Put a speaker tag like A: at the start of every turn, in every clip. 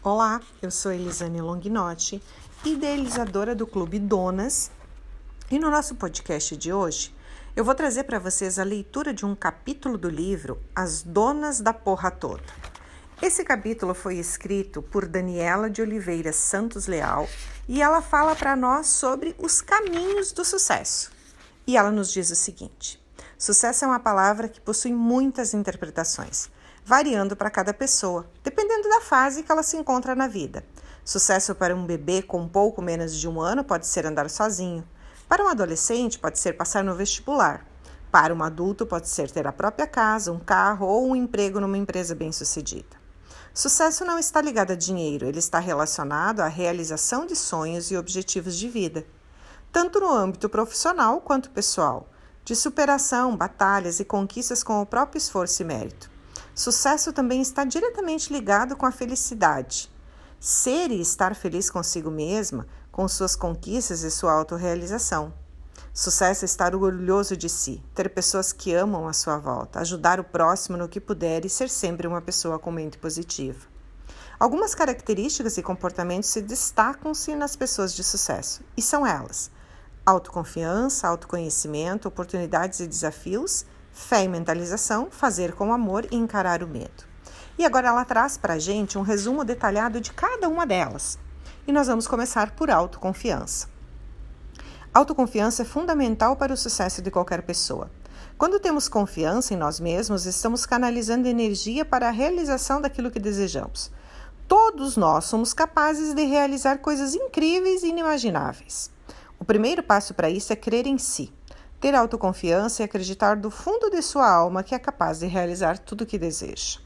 A: Olá, eu sou Elisane Longinotti, idealizadora do Clube Donas, e no nosso podcast de hoje eu vou trazer para vocês a leitura de um capítulo do livro As Donas da Porra Toda. Esse capítulo foi escrito por Daniela de Oliveira Santos Leal e ela fala para nós sobre os caminhos do sucesso. E ela nos diz o seguinte: sucesso é uma palavra que possui muitas interpretações, variando para cada pessoa, dependendo da fase que ela se encontra na vida. Sucesso para um bebê com pouco menos de 1 ano pode ser andar sozinho. Para um adolescente pode ser passar no vestibular. Para um adulto pode ser ter a própria casa, um carro ou um emprego numa empresa bem-sucedida. Sucesso não está ligado a dinheiro, ele está relacionado à realização de sonhos e objetivos de vida, tanto no âmbito profissional quanto pessoal, de superação, batalhas e conquistas com o próprio esforço e mérito. Sucesso também está diretamente ligado com a felicidade. Ser e estar feliz consigo mesma, com suas conquistas e sua autorrealização. Sucesso é estar orgulhoso de si, ter pessoas que amam à sua volta, ajudar o próximo no que puder e ser sempre uma pessoa com mente positiva. Algumas características e comportamentos se destacam-se nas pessoas de sucesso, e são elas: autoconfiança, autoconhecimento, oportunidades e desafios, fé e mentalização, fazer com amor e encarar o medo. E agora ela traz para a gente um resumo detalhado de cada uma delas. E nós vamos começar por autoconfiança. Autoconfiança é fundamental para o sucesso de qualquer pessoa. Quando temos confiança em nós mesmos, estamos canalizando energia para a realização daquilo que desejamos. Todos nós somos capazes de realizar coisas incríveis e inimagináveis. O primeiro passo para isso é crer em si. Ter autoconfiança e acreditar do fundo de sua alma que é capaz de realizar tudo o que deseja.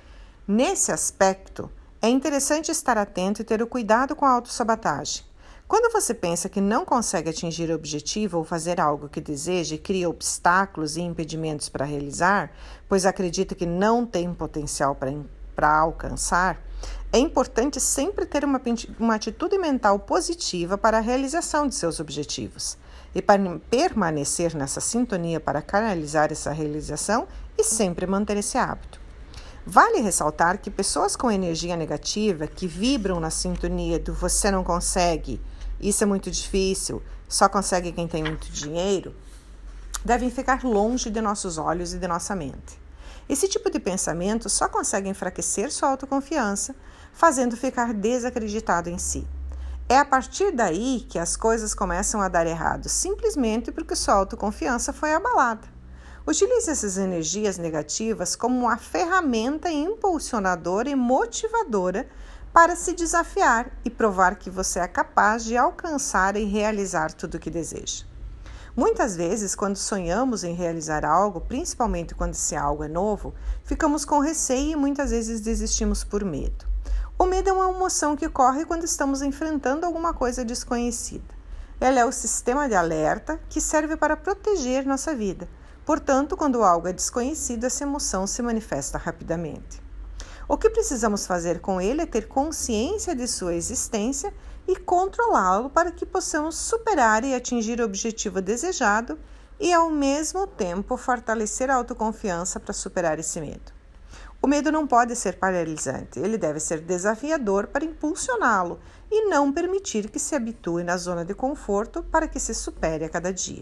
A: Nesse aspecto, é interessante estar atento e ter o cuidado com a autossabotagem. Quando você pensa que não consegue atingir o objetivo ou fazer algo que deseja e cria obstáculos e impedimentos para realizar, pois acredita que não tem potencial para alcançar, é importante sempre ter uma atitude mental positiva para a realização de seus objetivos e para permanecer nessa sintonia para canalizar essa realização e sempre manter esse hábito. Vale ressaltar que pessoas com energia negativa, que vibram na sintonia do você não consegue, isso é muito difícil, só consegue quem tem muito dinheiro, devem ficar longe de nossos olhos e de nossa mente. Esse tipo de pensamento só consegue enfraquecer sua autoconfiança, fazendo ficar desacreditado em si. É a partir daí que as coisas começam a dar errado, simplesmente porque sua autoconfiança foi abalada. Utilize essas energias negativas como uma ferramenta impulsionadora e motivadora para se desafiar e provar que você é capaz de alcançar e realizar tudo o que deseja. Muitas vezes, quando sonhamos em realizar algo, principalmente quando esse algo é novo, ficamos com receio e muitas vezes desistimos por medo. O medo é uma emoção que ocorre quando estamos enfrentando alguma coisa desconhecida. Ela é o sistema de alerta que serve para proteger nossa vida. Portanto, quando algo é desconhecido, essa emoção se manifesta rapidamente. O que precisamos fazer com ele é ter consciência de sua existência e controlá-lo para que possamos superar e atingir o objetivo desejado e, ao mesmo tempo, fortalecer a autoconfiança para superar esse medo. O medo não pode ser paralisante, ele deve ser desafiador para impulsioná-lo e não permitir que se habitue na zona de conforto para que se supere a cada dia.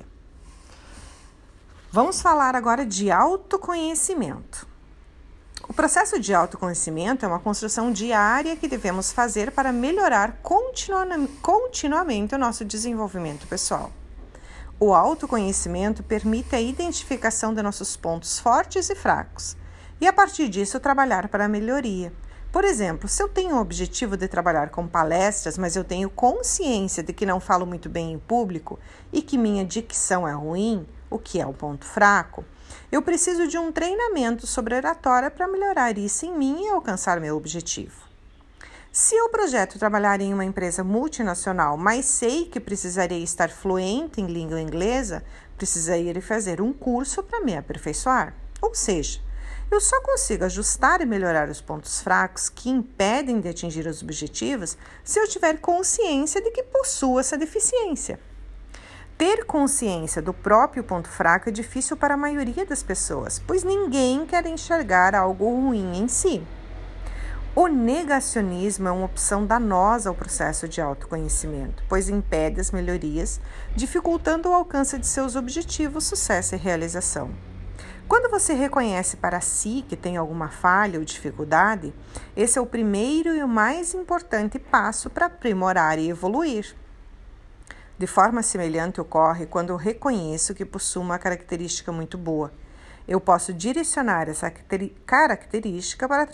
A: Vamos falar agora de autoconhecimento. O processo de autoconhecimento é uma construção diária que devemos fazer para melhorar continuamente o nosso desenvolvimento pessoal. O autoconhecimento permite a identificação de nossos pontos fortes e fracos, e a partir disso trabalhar para a melhoria. Por exemplo, se eu tenho o objetivo de trabalhar com palestras, mas eu tenho consciência de que não falo muito bem em público e que minha dicção é ruim, o que é um ponto fraco, eu preciso de um treinamento sobre oratória para melhorar isso em mim e alcançar meu objetivo. Se eu projeto trabalhar em uma empresa multinacional, mas sei que precisarei estar fluente em língua inglesa, precisaria fazer um curso para me aperfeiçoar. Ou seja, eu só consigo ajustar e melhorar os pontos fracos que impedem de atingir os objetivos se eu tiver consciência de que possuo essa deficiência. Ter consciência do próprio ponto fraco é difícil para a maioria das pessoas, pois ninguém quer enxergar algo ruim em si. O negacionismo é uma opção danosa ao processo de autoconhecimento, pois impede as melhorias, dificultando o alcance de seus objetivos, sucesso e realização. Quando você reconhece para si que tem alguma falha ou dificuldade, esse é o primeiro e o mais importante passo para aprimorar e evoluir. De forma semelhante ocorre quando eu reconheço que possuo uma característica muito boa. Eu posso direcionar essa característica para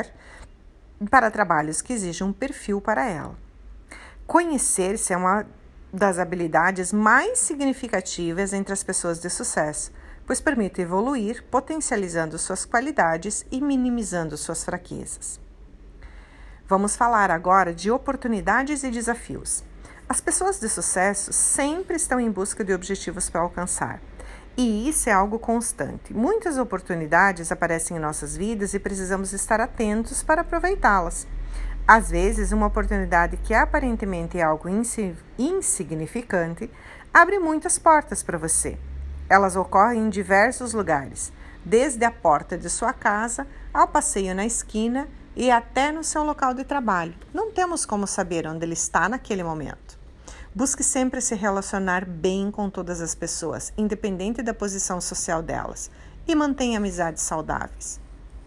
A: trabalhos que exijam um perfil para ela. Conhecer-se é uma das habilidades mais significativas entre as pessoas de sucesso, pois permite evoluir, potencializando suas qualidades e minimizando suas fraquezas. Vamos falar agora de oportunidades e desafios. As pessoas de sucesso sempre estão em busca de objetivos para alcançar, e isso é algo constante. Muitas oportunidades aparecem em nossas vidas e precisamos estar atentos para aproveitá-las. Às vezes, uma oportunidade que aparentemente é algo insignificante abre muitas portas para você. Elas ocorrem em diversos lugares, desde a porta de sua casa ao passeio na esquina e até no seu local de trabalho. Não temos como saber onde ele está naquele momento. Busque sempre se relacionar bem com todas as pessoas, independente da posição social delas, e mantenha amizades saudáveis.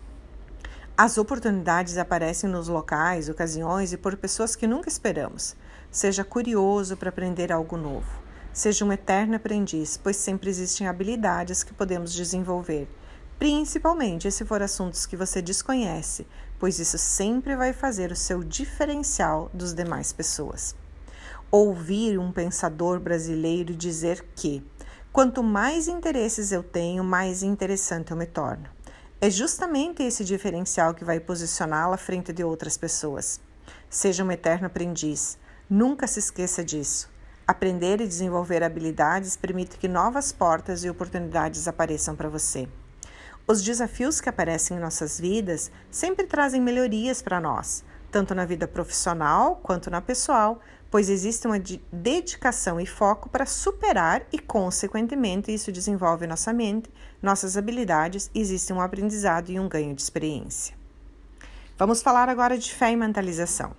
A: As oportunidades aparecem nos locais, ocasiões e por pessoas que nunca esperamos. Seja curioso para aprender algo novo. Seja um eterno aprendiz, pois sempre existem habilidades que podemos desenvolver, principalmente se for assuntos que você desconhece, pois isso sempre vai fazer o seu diferencial dos demais pessoas. Ouvir um pensador brasileiro dizer que, quanto mais interesses eu tenho, mais interessante eu me torno. É justamente esse diferencial que vai posicioná-la à frente de outras pessoas. Seja um eterno aprendiz, nunca se esqueça disso. Aprender e desenvolver habilidades permite que novas portas e oportunidades apareçam para você. Os desafios que aparecem em nossas vidas sempre trazem melhorias para nós, tanto na vida profissional quanto na pessoal, pois existe uma dedicação e foco para superar e, consequentemente, isso desenvolve nossa mente, nossas habilidades e existe um aprendizado e um ganho de experiência. Vamos falar agora de fé e mentalização.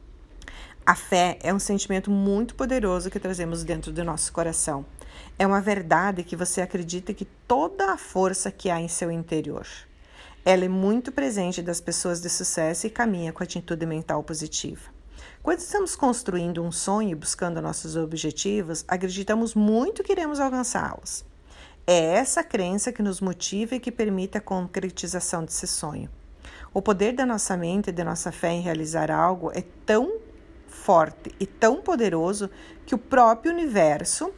A: A fé é um sentimento muito poderoso que trazemos dentro do nosso coração. É uma verdade que você acredita que toda a força que há em seu interior. Ela é muito presente das pessoas de sucesso e caminha com atitude mental positiva. Quando estamos construindo um sonho e buscando nossos objetivos, acreditamos muito que iremos alcançá-los. É essa crença que nos motiva e que permite a concretização desse sonho. O poder da nossa mente e da nossa fé em realizar algo é tão forte e tão poderoso que o próprio universo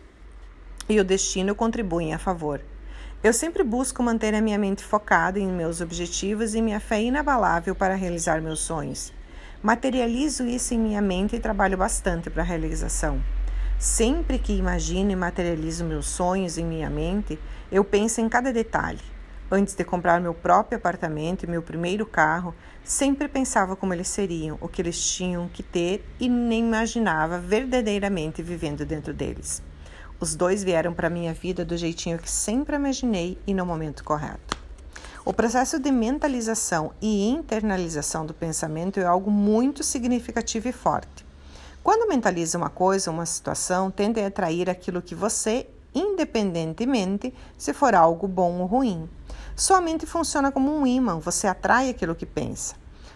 A: e o destino contribuem a favor. Eu sempre busco manter a minha mente focada em meus objetivos e minha fé inabalável para realizar meus sonhos. Materializo isso em minha mente e trabalho bastante para a realização. Sempre que imagino e materializo meus sonhos em minha mente, eu penso em cada detalhe. Antes de comprar meu próprio apartamento e meu primeiro carro, sempre pensava como eles seriam, o que eles tinham que ter e nem imaginava verdadeiramente vivendo dentro deles. Os dois vieram para a minha vida do jeitinho que sempre imaginei e no momento correto. O processo de mentalização e internalização do pensamento é algo muito significativo e forte. Quando mentaliza uma coisa, uma situação, tende a atrair aquilo que você, independentemente se for algo bom ou ruim. Sua mente funciona como um ímã, você atrai aquilo que pensa.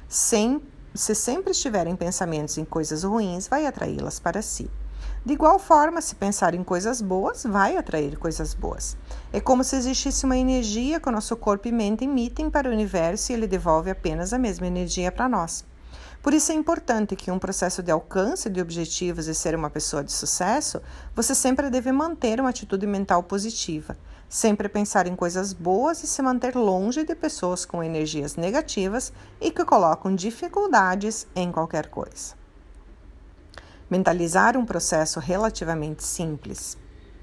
A: Se sempre estiver em pensamentos em coisas ruins, vai atraí-las para si. De igual forma, se pensar em coisas boas, vai atrair coisas boas. É como se existisse uma energia que o nosso corpo e mente emitem para o universo e ele devolve apenas a mesma energia para nós. Por isso é importante que em um processo de alcance de objetivos e ser uma pessoa de sucesso, você sempre deve manter uma atitude mental positiva, sempre pensar em coisas boas e se manter longe de pessoas com energias negativas e que colocam dificuldades em qualquer coisa. Mentalizar um processo relativamente simples.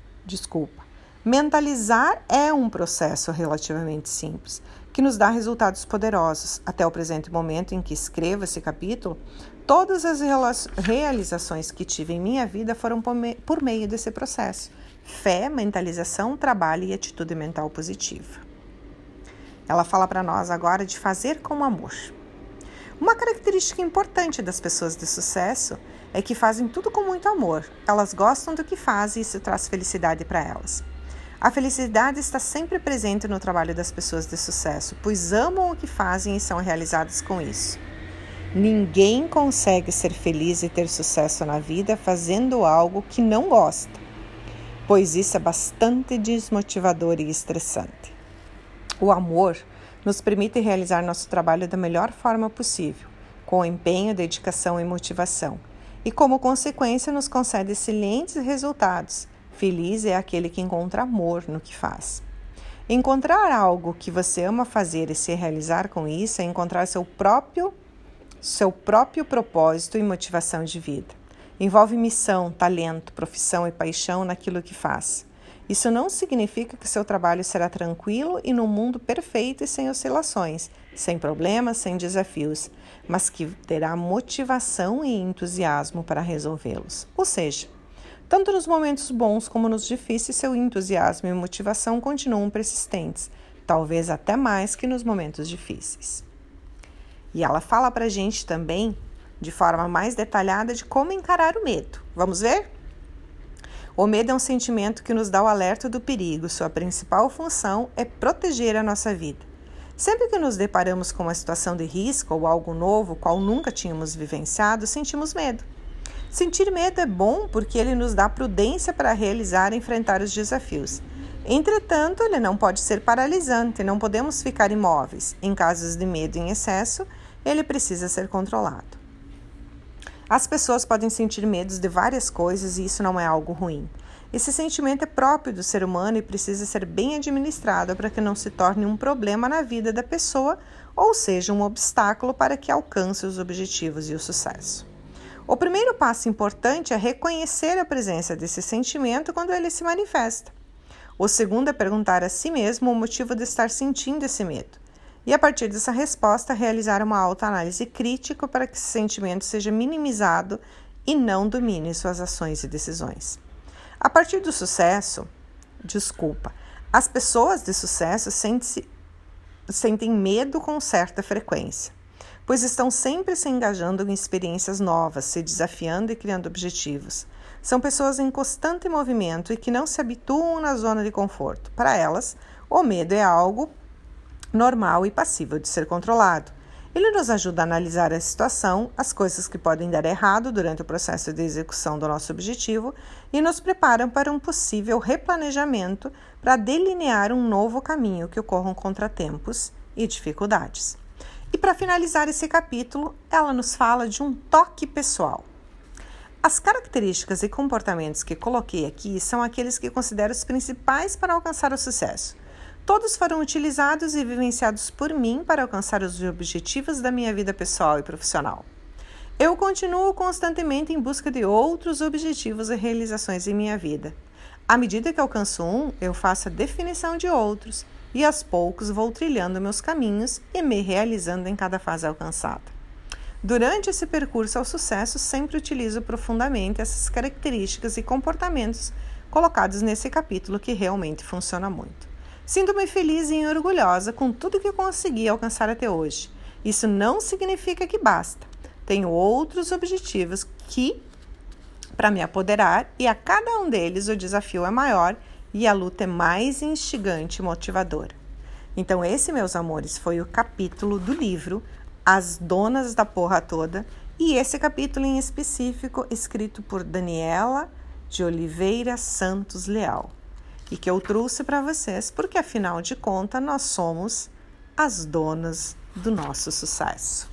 A: Mentalizar é um processo relativamente simples, que nos dá resultados poderosos. Até o presente momento em que escrevo esse capítulo, todas as realizações que tive em minha vida foram por meio desse processo. Fé, mentalização, trabalho e atitude mental positiva. Ela fala para nós agora de fazer com amor. Uma característica importante das pessoas de sucesso é que fazem tudo com muito amor. Elas gostam do que fazem e isso traz felicidade para elas. A felicidade está sempre presente no trabalho das pessoas de sucesso, pois amam o que fazem e são realizadas com isso. Ninguém consegue ser feliz e ter sucesso na vida fazendo algo que não gosta, pois isso é bastante desmotivador e estressante. O amor nos permite realizar nosso trabalho da melhor forma possível, com empenho, dedicação e motivação, e como consequência nos concede excelentes resultados. Feliz é aquele que encontra amor no que faz. Encontrar algo que você ama fazer e se realizar com isso é encontrar seu próprio propósito e motivação de vida. Envolve missão, talento, profissão e paixão naquilo que faz. Isso não significa que seu trabalho será tranquilo e num mundo perfeito e sem oscilações, sem problemas, sem desafios, mas que terá motivação e entusiasmo para resolvê-los. Ou seja, tanto nos momentos bons como nos difíceis, seu entusiasmo e motivação continuam persistentes, talvez até mais que nos momentos difíceis. E ela fala para a gente também, de forma mais detalhada, de como encarar o medo. Vamos ver? O medo é um sentimento que nos dá o alerta do perigo. Sua principal função é proteger a nossa vida. Sempre que nos deparamos com uma situação de risco ou algo novo, qual nunca tínhamos vivenciado, sentimos medo. Sentir medo é bom porque ele nos dá prudência para realizar e enfrentar os desafios. Entretanto, ele não pode ser paralisante, não podemos ficar imóveis. Em casos de medo em excesso, ele precisa ser controlado. As pessoas podem sentir medos de várias coisas e isso não é algo ruim. Esse sentimento é próprio do ser humano e precisa ser bem administrado para que não se torne um problema na vida da pessoa ou seja um obstáculo para que alcance os objetivos e o sucesso. O primeiro passo importante é reconhecer a presença desse sentimento quando ele se manifesta. O segundo é perguntar a si mesmo o motivo de estar sentindo esse medo. E a partir dessa resposta, realizar uma autoanálise crítica para que esse sentimento seja minimizado e não domine suas ações e decisões. A partir do sucesso, as pessoas de sucesso sentem medo com certa frequência, pois estão sempre se engajando em experiências novas, se desafiando e criando objetivos. São pessoas em constante movimento e que não se habituam na zona de conforto. Para elas, o medo é algo normal e passível de ser controlado. Ele nos ajuda a analisar a situação, as coisas que podem dar errado durante o processo de execução do nosso objetivo e nos preparam para um possível replanejamento para delinear um novo caminho que ocorram contratempos e dificuldades. E para finalizar esse capítulo, ela nos fala de um toque pessoal. As características e comportamentos que coloquei aqui são aqueles que considero os principais para alcançar o sucesso. Todos foram utilizados e vivenciados por mim para alcançar os objetivos da minha vida pessoal e profissional. Eu continuo constantemente em busca de outros objetivos e realizações em minha vida. À medida que alcanço um, eu faço a definição de outros e aos poucos vou trilhando meus caminhos e me realizando em cada fase alcançada. Durante esse percurso ao sucesso, sempre utilizo profundamente essas características e comportamentos colocados nesse capítulo que realmente funciona muito. Sinto-me feliz e orgulhosa com tudo que consegui alcançar até hoje. Isso não significa que basta. Tenho outros objetivos para me apoderar e a cada um deles o desafio é maior e a luta é mais instigante e motivadora. Então esse, meus amores, foi o capítulo do livro As Donas da Porra Toda e esse capítulo em específico escrito por Daniela de Oliveira Santos Leal. E que eu trouxe para vocês, porque afinal de contas nós somos as donas do nosso sucesso.